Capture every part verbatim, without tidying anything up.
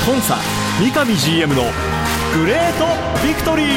コンサ三上 ジーエム のグレートビクトリー。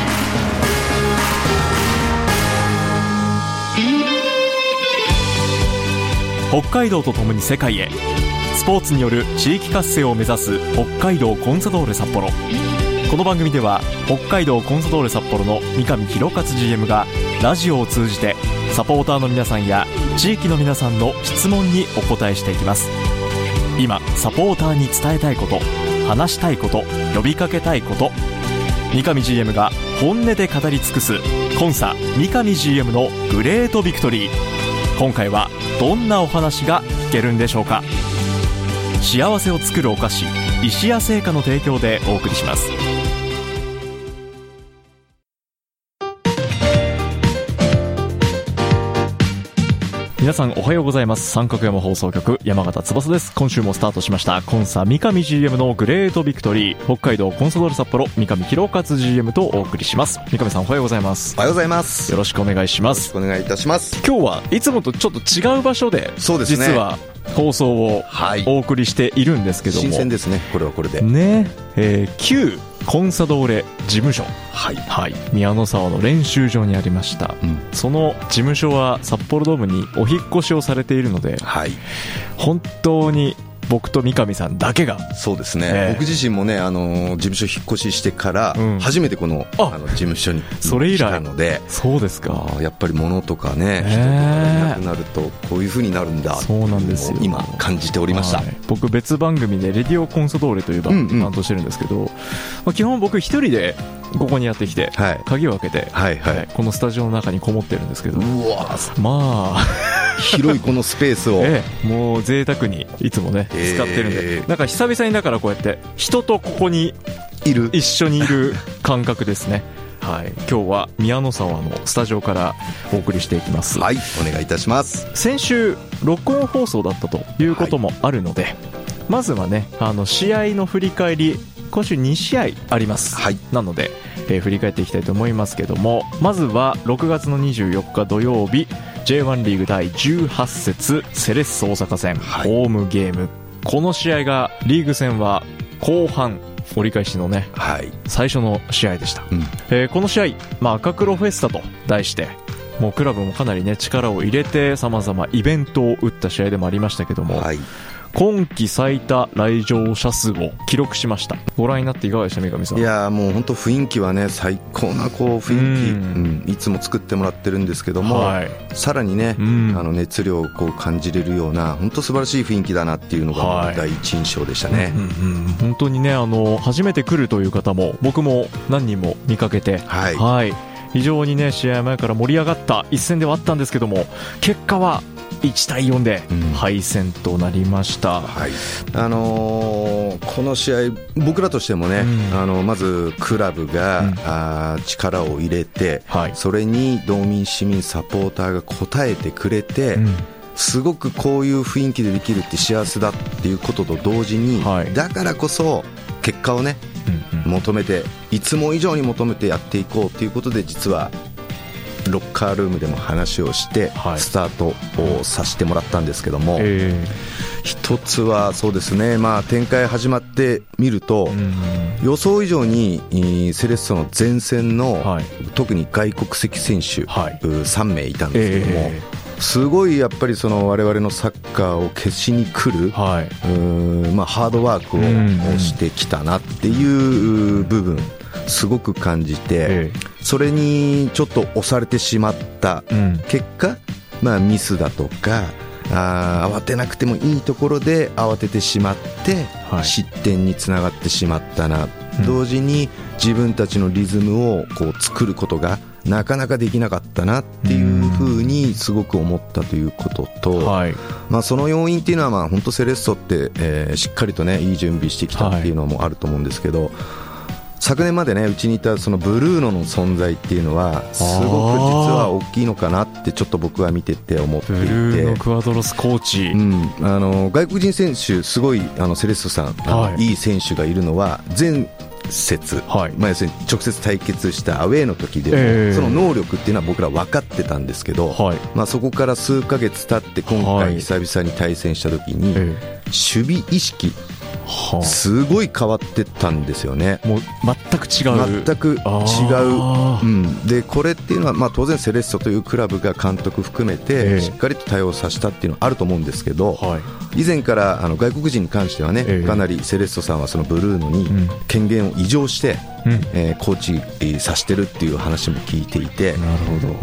北海道とともに世界へ、スポーツによる地域活性を目指す北海道コンサドーレ札幌。この番組では北海道コンサドーレ札幌の三上弘勝 ジーエム がラジオを通じてサポーターの皆さんや地域の皆さんの質問にお答えしていきます。今サポーターに伝えたいこと、話したいこと、呼びかけたいこと、三上 ジーエム が本音で語り尽くすコンサ三上 ジーエム のグレートビクトリー。今回はどんなお話が聞けるんでしょうか。幸せを作るお菓子、石屋製菓の提供でお送りします。皆さんおはようございます。三角山放送局山形翼です。今週もスタートしましたコンサ三上 ジーエム のグレートビクトリー。北海道コンサドーレ札幌三上弘勝 ジーエム とお送りします。三上さんおはようございます。 おはようございます。 よろしくお願いします。 よろしくお願いいたします。 今日はいつもとちょっと違う場所で、そうですね、実は放送をお送りしているんですけども、 新鮮ですね。これはこれでね、えー、旧コンサドーレ事務所、はいはい、宮の沢の練習場にありました、うん、その事務所は札幌ドームにお引っ越しをされているので、はい、本当に僕と三上さんだけが、 そうですね、えー、僕自身もね、あのー、事務所引っ越ししてから初めてこの、うん、あの事務所に来たので、 そうですか。 やっぱり物とかね、人とかがいなくなるとこういう風になるんだ、 そうなんですよ、 今感じておりました、はい、 僕別番組でレディオコンサドーレという番組を担当してるんですけど、うんうん、まあ、基本僕一人でここにやってきて、はい、鍵を開けて、はいはいはい、このスタジオの中にこもってるんですけど、うわ、まあ広いこのスペースを、 ええ、もう贅沢にいつもね使ってるんで、なんか久々にだからこうやって人とここにいる、一緒にいる感覚ですね。はい、今日は宮の沢のスタジオからお送りしていきます。 はい、お願いいたします。 先週録音放送だったということもあるので、はい、まずはね、あの試合の振り返り、今週に試合あります、はい、なので、えー、振り返っていきたいと思いますけども、まずはろくがつのにじゅうよっか土曜日、 ジェイワン リーグだいじゅうはち節セレッソ大阪戦、はい、ホームゲーム。この試合がリーグ戦は後半折り返しのね、はい、最初の試合でした、うん、えー、この試合、まあ、赤黒フェスタと題して、もうクラブもかなりね力を入れて様々イベントを打った試合でもありましたけども、はい、今季最多来場者数を記録しました。ご覧になっていかがでした、三上さん。 いやもう本当雰囲気はね、最高なこう雰囲気、うんうん、いつも作ってもらってるんですけども、はい、さらにね、あの熱量をこう感じれるような本当素晴らしい雰囲気だなっていうのが第一印象でしたね、はい、うんうんうん、本当にね、あの初めて来るという方も僕も何人も見かけて、はい、はい、非常にね試合前から盛り上がった一戦ではあったんですけども、結果はいちたいよんで敗戦となりました、うん、はい、 あのー、この試合僕らとしてもね、うん、あのまずクラブが、うん、あ力を入れて、はい、それに道民市民サポーターが応えてくれて、うん、すごくこういう雰囲気でできるって幸せだっていうことと同時に、はい、だからこそ結果をね、うんうん、求めて、いつも以上に求めてやっていこうということで、実はロッカールームでも話をしてスタートをさせてもらったんですけども、えー、一つはそうですね、まあ、展開始まってみると、うん、予想以上にセレッソの前線の、はい、特に外国籍選手、はい、さんめいいたんですけども、えー、すごいやっぱりその我々のサッカーを消しに来る、はい、うー、まあ、ハードワークをしてきたなっていう部分、すごく感じて、ええ、それにちょっと押されてしまった結果、うん、まあ、ミスだとか、あ慌てなくてもいいところで慌ててしまって、はい、失点につながってしまったな、うん、同時に自分たちのリズムをこう作ることがなかなかできなかったなっていうふうにすごく思ったということと、うん、はい、まあ、その要因っていうのは、まあ、本当セレッソって、えー、しっかりとねいい準備してきたっていうのもあると思うんですけど、はい、昨年までねうちにいたそのブルーノの存在っていうのはすごく実は大きいのかなってちょっと僕は見てて思っていて、ブルーノクアドロスコーチ、 うん、あの外国人選手すごいあのセレッソさん、はい、いい選手がいるのは前節、はい、まあ、要するに直接対決したアウェーの時でも、えー、その能力っていうのは僕ら分かってたんですけど、はい、まあ、そこから数ヶ月経って今回久々に対戦した時に、はい、守備意識すごい変わってったんですよね。 もう全く違う全く違う、うん、でこれっていうのは、まあ、当然セレッソというクラブが監督含めてしっかりと対応させたっていうのはあると思うんですけど、はい、以前からあの外国人に関してはね、えー、かなりセレッソさんはそのブルーノに権限を移譲して、うんえー、コーチ、えー、させてるっていう話も聞いていて、 なるほど、 うん、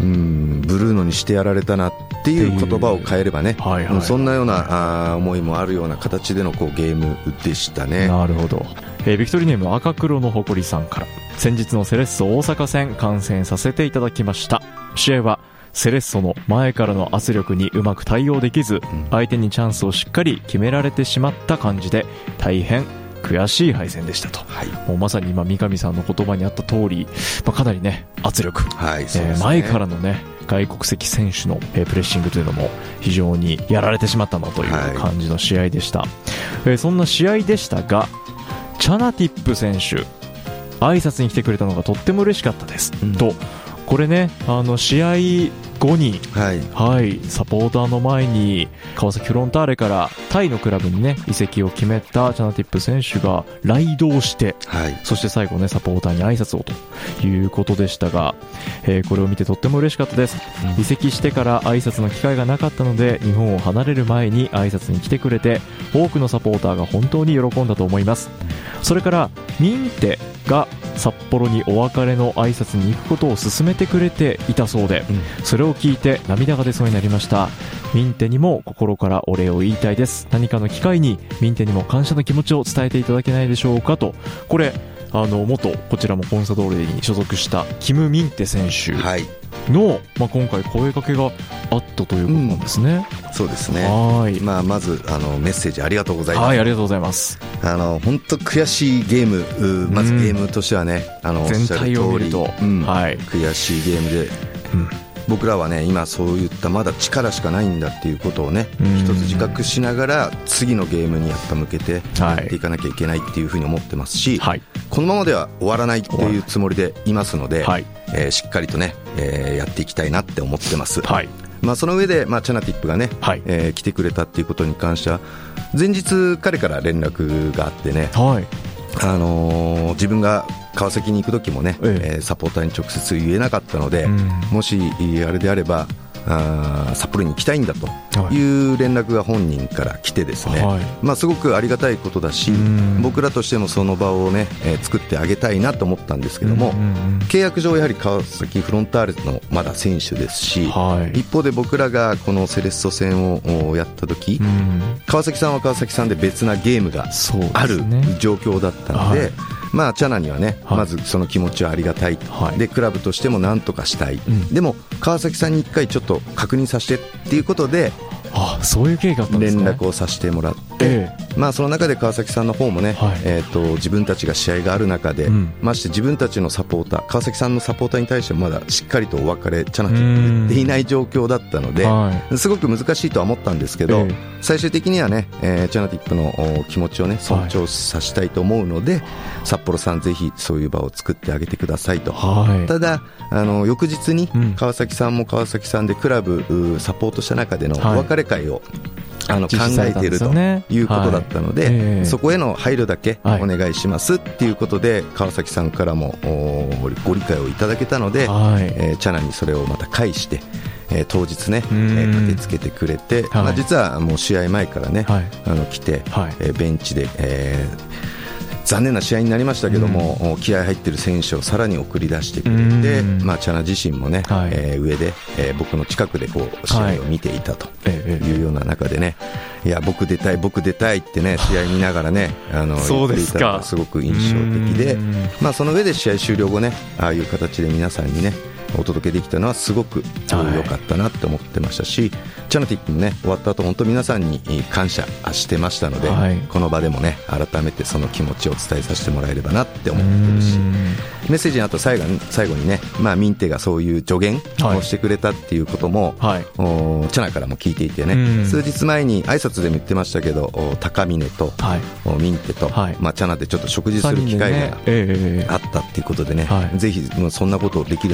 ブルーノにしてやられたなっていう言葉を変えればね、はいはいはい、そんなようなあ思いもあるような形でのこうゲームでしたね。 なるほど、えー、ビクトリーネーム赤黒の誇りさんから、先日のセレッソ大阪戦観戦させていただきました。試合はセレッソの前からの圧力にうまく対応できず、相手にチャンスをしっかり決められてしまった感じで大変悔しい敗戦でしたと、はい、もうまさに今三上さんの言葉にあった通り、まあ、かなりね圧力、はいそうですね、えー、前からのね外国籍選手の、えー、プレッシングというのも非常にやられてしまったなという感じの試合でした、はいえー、そんな試合でしたが、チャナティップ選手挨拶に来てくれたのがとっても嬉しかったです、うん、とこれねあの試合後に、はいはい、サポーターの前に川崎フロンターレからタイのクラブにね移籍を決めたチャナティップ選手が来道して、はい、そして最後ねサポーターに挨拶をということでしたが、えー、これを見てとっても嬉しかったです、うん、移籍してから挨拶の機会がなかったので日本を離れる前に挨拶に来てくれて多くのサポーターが本当に喜んだと思います。それからミンテが札幌にお別れの挨拶に行くことを勧めてくれていたそうで、うん、それを聞いて涙が出そうになりました。ミンテにも心からお礼を言いたいです。何かの機会にミンテにも感謝の気持ちを伝えていただけないでしょうかと。これあの元こちらもコンサドーレに所属したキム・ミンテ選手の、はいまあ、今回声かけがあったということなんですね、 うん、そうですね。はい、まあ、まずあのメッセージありがとうございます。 はい、ありがとうございます。 あの本当悔しいゲーム、まずゲームとしてはね、うん、あの全体を見ると、 うんはい、悔しいゲームで、うん僕らはね今そういったまだ力しかないんだっていうことをね一つ自覚しながら次のゲームにやっぱ向けてやっていかなきゃいけないっていうふうに思ってますし、はい、このままでは終わらないっていうつもりでいますので、はいえー、しっかりとね、えー、やっていきたいなって思ってます、はいまあ、その上で、まあ、チャナティップがね、はいえー、来てくれたっていうことに関しては前日彼から連絡があってね、はいあのー、自分が川崎に行く時もね、ええー、サポーターに直接言えなかったので、うん、もしあれであればあ札幌に行きたいんだという連絡が本人から来てですね、はいまあ、すごくありがたいことだし、うん、僕らとしてもその場を、ねえー、作ってあげたいなと思ったんですけども、うんうんうん、契約上やはり川崎フロンターレのまだ選手ですし、はい、一方で僕らがこのセレッソ戦をやった時、うん、川崎さんは川崎さんで別なゲームがある状況だったので、はいまあ、チャナにはね、はい、まずその気持ちはありがたい、はい、でクラブとしてもなんとかしたい、うん、でも川崎さんに一回ちょっと確認させてっていうことであそういう経緯があったんですね。 連絡をさせてもらって、えーまあ、その中で川崎さんの方もね、はいえー、と自分たちが試合がある中で、うん、まして自分たちのサポーター川崎さんのサポーターに対してもまだしっかりとお別れチャナティップ言っていない状況だったので、はい、すごく難しいとは思ったんですけど、えー、最終的にはね、えー、チャナティップの気持ちをね尊重させたいと思うので、はい、札幌さんぜひそういう場を作ってあげてくださいと、はい、ただあの翌日に川崎さんも川崎さんでクラブサポートした中でのお別れ会を、はいあの考えているということだったので、はいえー、そこへの配慮だけお願いしますっていうことで、はい、川崎さんからもご理解をいただけたので、はいえー、チャナにそれをまた返して、えー、当日ね、えー、駆けつけてくれて、はいまあ、実はもう試合前からね、はい、あの来て、はいえー、ベンチで、えー残念な試合になりましたけども、うん、気合入ってる選手をさらに送り出してくれて、まあ、チャナ自身もね、はいえー、上で、えー、僕の近くでこう試合を見ていたというような中でね、いや僕出たい僕出たいってね試合見ながらねあのそうですか言っていたのがすごく印象的で、まあ、その上で試合終了後ねああいう形で皆さんにねお届けできたのはすごく良かったなって思ってましたし、はい、チャナティックもね終わった後本当皆さんに感謝してましたので、はい、この場でもね改めてその気持ちを伝えさせてもらえればなって思ってるし、メッセージの後最後に、最後にね、まあ、ミンテがそういう助言をしてくれたっていうことも、はい、おチャナからも聞いていてね、数日前に挨拶でも言ってましたけど高峰と、はい、ミンテと、はいまあ、チャナでちょっと食事する機会があったっていうことでね、はい、ぜひそんなことできるんだったらいいん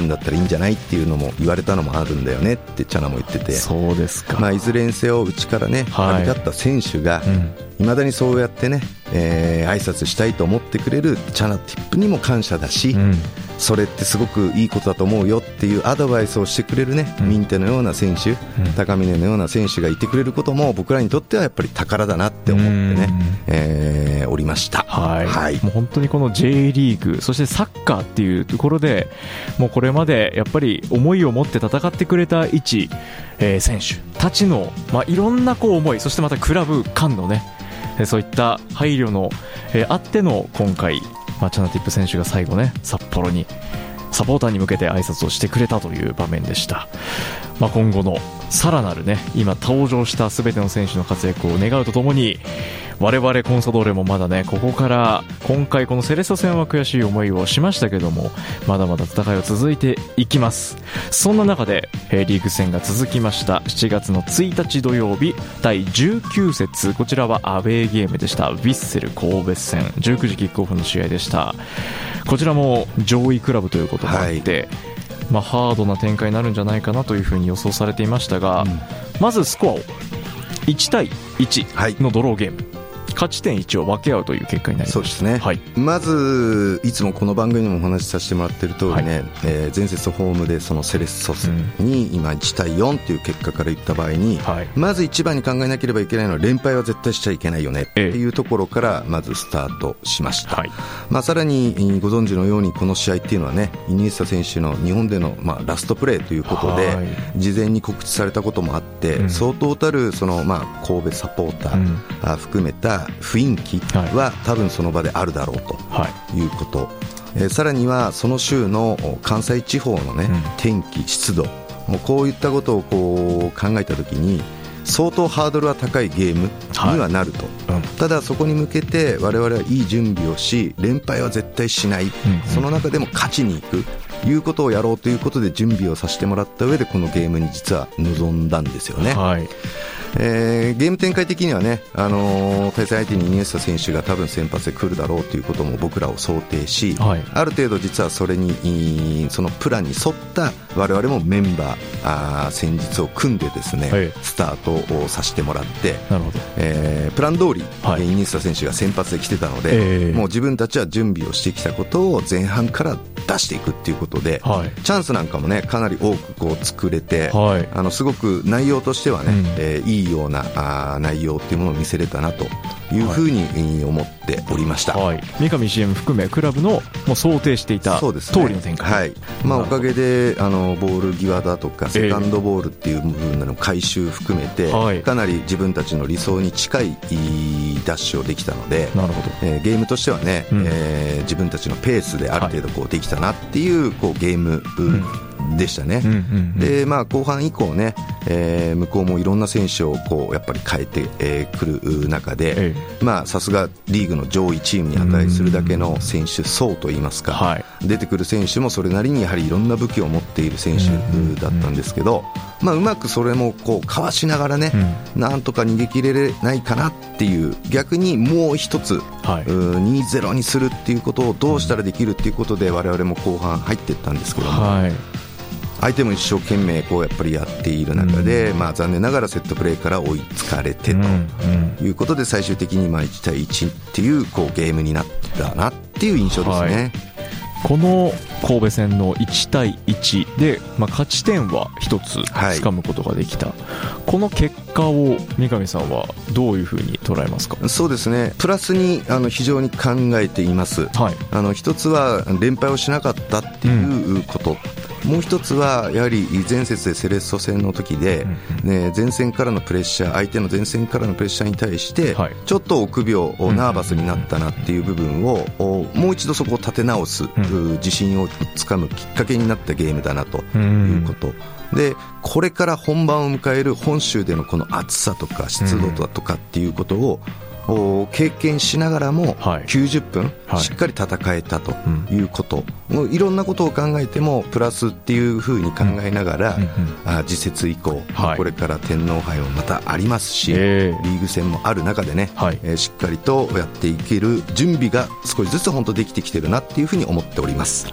んじゃないっていうのも言われたのもあるんだよねってチャナも言ってて、 そうですか、 まあ、いずれにせようちからね、はい、旅立った選手がいま、うん、だにそうやってね、えー、挨拶したいと思ってくれるチャナティップにも感謝だし、うん、それってすごくいいことだと思うよっていうアドバイスをしてくれるね、うん、ミンテのような選手、うん、高峰のような選手がいてくれることも僕らにとってはやっぱり宝だなって思ってね、えー、おりました。 はい、はい、もう本当にこの J リーグそしてサッカーっていうところでもうこれまでやっぱり思いを持って戦ってくれた一、えー、選手たちの、まあ、いろんなこう思い、そしてまたクラブ間のねそういった配慮の、えー、あっての今回、まあ、チャナティップ選手が最後ね札幌にサポーターに向けて挨拶をしてくれたという場面でした。まあ、今後のさらなるね今登場した全ての選手の活躍を願うとともに、我々コンサドーレもまだねここから今回このセレッソ戦は悔しい思いをしましたけども、まだまだ戦いは続いていきます。そんな中でリーグ戦が続きました。しちがつのついたち土曜日だいじゅうきゅう節、こちらはアウェーゲームでした。ヴィッセル神戸戦じゅうくじキックオフの試合でした。こちらも上位クラブということもあって、はい、まあ、ハードな展開になるんじゃないかなというふうに予想されていましたが、うん、まずスコアをいちたいいちのドローゲーム、はい、勝ち点いちを分け合うという結果になりました。 そうですね、はい、まずいつもこの番組にもお話しさせてもらっている通りね、はい、えー、前節ホームでそのセレッソ戦に今いちたいよんという結果から言った場合に、はい、まず一番に考えなければいけないのは連敗は絶対しちゃいけないよねっていうところからまずスタートしました、はい、まあ、さらにご存知のようにこの試合っていうのはねイニエスタ選手の日本でのまあラストプレーということで事前に告知されたこともあって、うん、相当たるそのまあ神戸サポーター含めた雰囲気は多分その場であるだろうということ、はい、えー、さらにはその週の関西地方の、ね、うん、天気湿度もうこういったことをこう考えたときに相当ハードルは高いゲームにはなると、はい、うん、ただそこに向けて我々はいい準備をし連敗は絶対しない、うんうん、その中でも勝ちに行くいうことをやろうということで準備をさせてもらった上でこのゲームに実は臨んだんですよね、はい、えー、ゲーム展開的にはね、あのー、対戦相手にイニエスタ選手が多分先発で来るだろうということも僕らを想定し、はい、ある程度実はそれにそのプランに沿った我々もメンバーあー戦術を組んでですね、はい、スタートをさせてもらって、なるほど、えー、プラン通り、はい、イニエスタ選手が先発で来てたので、えー、もう自分たちは準備をしてきたことを前半から出していくっていうことで、はい、チャンスなんかもねかなり多くこう作れて、はい、あのすごく内容としてはね、うん、えー、いいようなあ内容っていうものを見せれたなというふうに思っておりました、はい、 三上 シーエム 含めクラブのもう想定していた通りの展開、 はい、まあ、おかげであのボール際だとかセカンドボールっていう部分の回収含めて、えー、かなり自分たちの理想に近いダッシュをできたので、なるほど、えー、ゲームとしてはね、うん、えー、自分たちのペースである程度こうできたなっていう、こうゲーム、うん、でしたね、うんうんうん、でまあ、後半以降ね、えー、向こうもいろんな選手をこうやっぱり変えてく、えー、る中で、さすがリーグの上位チームに値するだけの選手層といいますか、はい、出てくる選手もそれなりにやはりいろんな武器を持っている選手だったんですけど、まあ、うまくそれもこうかわしながらね、うん、なんとか逃げ切れれないかなっていう、逆にもう一つ、はい、にたいゼロにするっていうことをどうしたらできるっていうことで我々も後半入っていったんですけども、はい、相手も一生懸命こうやっぱりやっている中で、うん、まあ、残念ながらセットプレーから追いつかれてということで、最終的にまあいちたいいちっていうこうゲームになったなっていう印象ですね、はい、 この神戸戦のいちたいいちで、まあ、勝ち点はひとつ掴むことができた、はい、この結果を三上さんはどういうふうに捉えますか？ そうですね、プラスにあの非常に考えています、はい、あの一つは連敗をしなかったっていうこと、うん、もう一つはやはり前節でセレッソ戦の時で、うんうん、ね、前線からのプレッシャー、相手の前線からのプレッシャーに対して、はい、ちょっと臆病、ナーバスになったなっていう部分をもう一度そこを立て直す、うん、自信をつかむきっかけになったゲームだなということ、うん、でこれから本番を迎える本州でのこの暑さとか湿度だとかっていうことを、うん、経験しながらもきゅうじゅっぷんしっかり戦えたということ、はい、いろんなことを考えてもプラスっていうふうに考えながら、うんうんうん、あ次節以降、はい、これから天皇杯もまたありますし、えー、リーグ戦もある中でね、はい、えー、しっかりとやっていける準備が少しずつ本当できてきてるなっていうふうに思っております。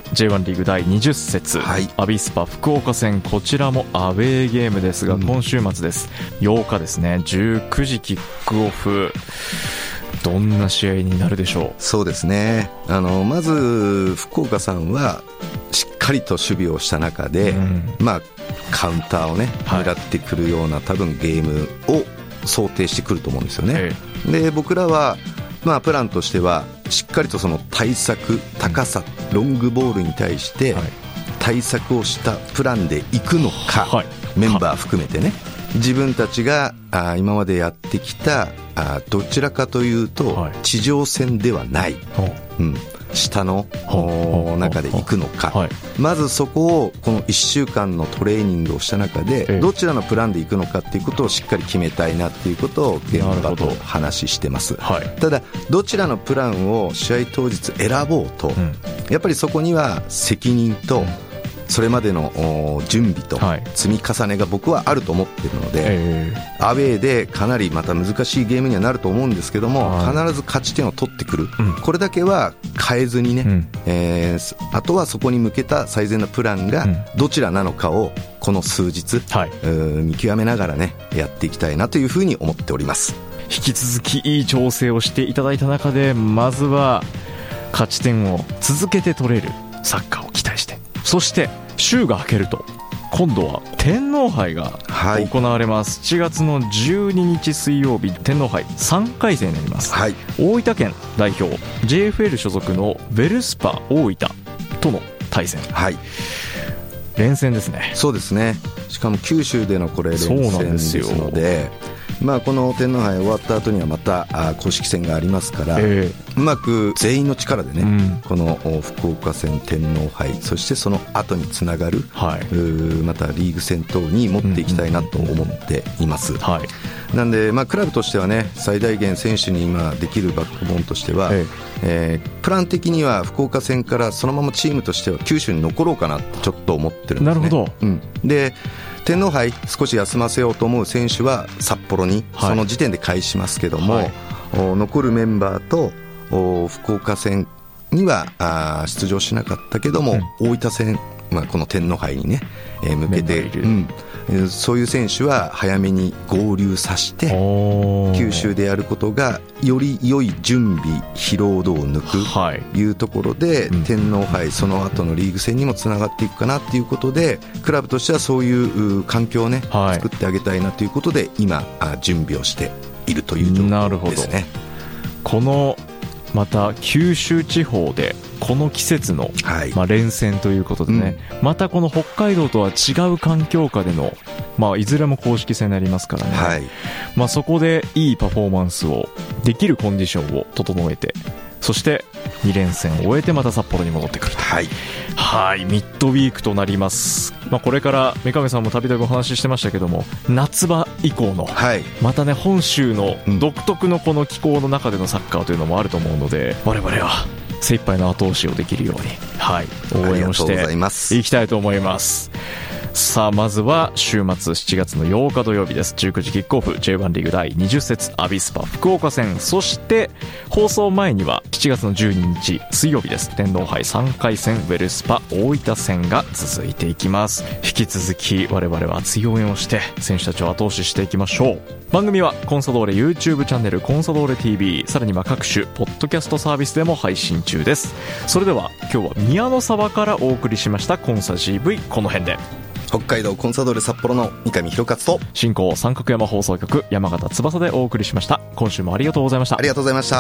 ジェイワン リーグだいにじゅっ節、はい、アビスパ福岡戦、こちらもアウェーゲームですが、うん、今週末です。ようかですね、じゅうくじキックオフ。どんな試合になるでしょう。 そうですね、あのまず福岡さんはしっかりと守備をした中で、うん、まあ、カウンターをね狙ってくるような、はい、多分ゲームを想定してくると思うんですよね、ええ、で僕らは、まあ、プランとしてはしっかりとその対策、高さ、ロングボールに対して対策をしたプランでいくのか、はい、メンバー含めてね、自分たちがあ今までやってきたあどちらかというと、はい、地上戦ではない、うん、下の中で行くのか、はい、まずそこをこのいっしゅうかんのトレーニングをした中でどちらのプランで行くのかっていうことをしっかり決めたいなっていうことを現場と話してます、はい、ただどちらのプランを試合当日選ぼうと、うん、やっぱりそこには責任と、うん、それまでの準備と積み重ねが僕はあると思っているので、えー、アウェーでかなりまた難しいゲームにはなると思うんですけども、必ず勝ち点を取ってくる、うん、これだけは変えずにね、うん、えー、あとはそこに向けた最善のプランがどちらなのかをこの数日、はい、見極めながらねやっていきたいなというふうに思っております。 引き続きいい調整をしていただいた中で、まずは勝ち点を続けて取れるサッカーを期待して、そして週が明けると今度は天皇杯が行われます、はい、しちがつのじゅうににち水曜日、天皇杯さんかい戦になります、はい、大分県代表 ジェイエフエル 所属のベルスパ大分との対戦、はい、連戦ですね。 そうですね、しかも九州でのこれ連戦ですので、まあ、この天皇杯終わった後にはまた公式戦がありますから、えー、うまく全員の力でね、うん、この福岡戦、天皇杯、そしてその後につながる、はい、またリーグ戦等に持っていきたいなと思っています、うんうんうん、はい、なんで、まあ、クラブとしてはね、最大限選手に今できるバックボーンとしては、えーえー、プラン的には福岡戦からそのままチームとしては九州に残ろうかなってちょっと思ってるんですね。なるほど、うん、で天皇杯少し休ませようと思う選手は札幌にその時点で返しますけども、はい、残るメンバーと福岡戦にはあ出場しなかったけども、うん、大分戦、まあ、この天皇杯にね、えー、向けて、うんそういう選手は早めに合流させて九州でやることがより良い準備疲労度を抜くというところで、はい、天皇杯その後のリーグ戦にもつながっていくかなということで、クラブとしてはそういう環境をね、はい、作ってあげたいなということで今準備をしているという状況ですね。 このまた九州地方でこの季節の、はいまあ、連戦ということでね、うん、またこの北海道とは違う環境下での、まあ、いずれも公式戦になりますからね、はいまあ、そこでいいパフォーマンスをできるコンディションを整えて、そしてに連戦を終えてまた札幌に戻ってくると、はい、はいミッドウィークとなります、まあ、これから三上さんもたびたびお話ししてましたけども、夏場以降の、はい、またね本州の独特のこの気候の中でのサッカーというのもあると思うので、我々は精一杯の後押しをできるように、はい、応援をしていきたいと思います。さあまずは週末しちがつのようか土曜日です。じゅうくじキックオフ ジェイワン リーグだいにじゅっ節アビスパ福岡戦、そして放送前にはしちがつのじゅうににち水曜日です。天皇杯さんかい戦ウェルスパ大分戦が続いていきます。引き続き我々は熱い応援をして選手たちを後押ししていきましょう。番組はコンサドーレ YouTube チャンネルコンサドーレ ティーブイ、 さらには各種ポッドキャストサービスでも配信中です。それでは今日は宮の沢からお送りしましたコンサ ジーブイ、 この辺で。 北海道コンサドーレ札幌の三上弘勝と進行三角山放送局山形翼でお送りしました。今週もありがとうございました。 ありがとうございました。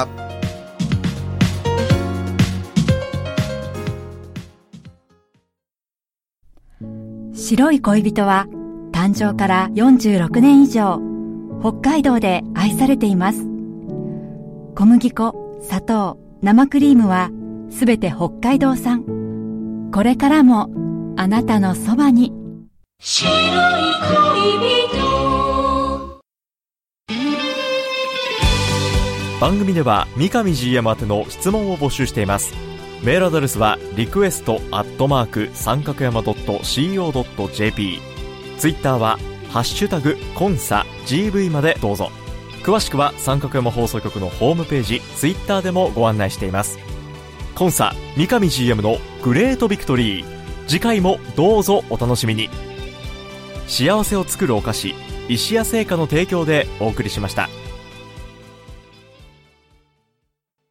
白い恋人は誕生からよんじゅうろくねん以上北海道で愛されています。小麦粉、砂糖、生クリームはすべて北海道産。これからもあなたのそばに白い恋人。 番組では三上 ジーエム 宛ての質問を募集しています。メールアドレスはリクエストアットマーク三角山 .コー ドット ジェーピー、 ツイッターはハッシュタグコンサ ジーブイ までどうぞ。詳しくは三角山放送局のホームページ、ツイッターでもご案内しています。コンサ三上 ジーエム のグレートビクトリー。次回もどうぞお楽しみに。幸せを作るお菓子、石屋製菓の提供でお送りしました。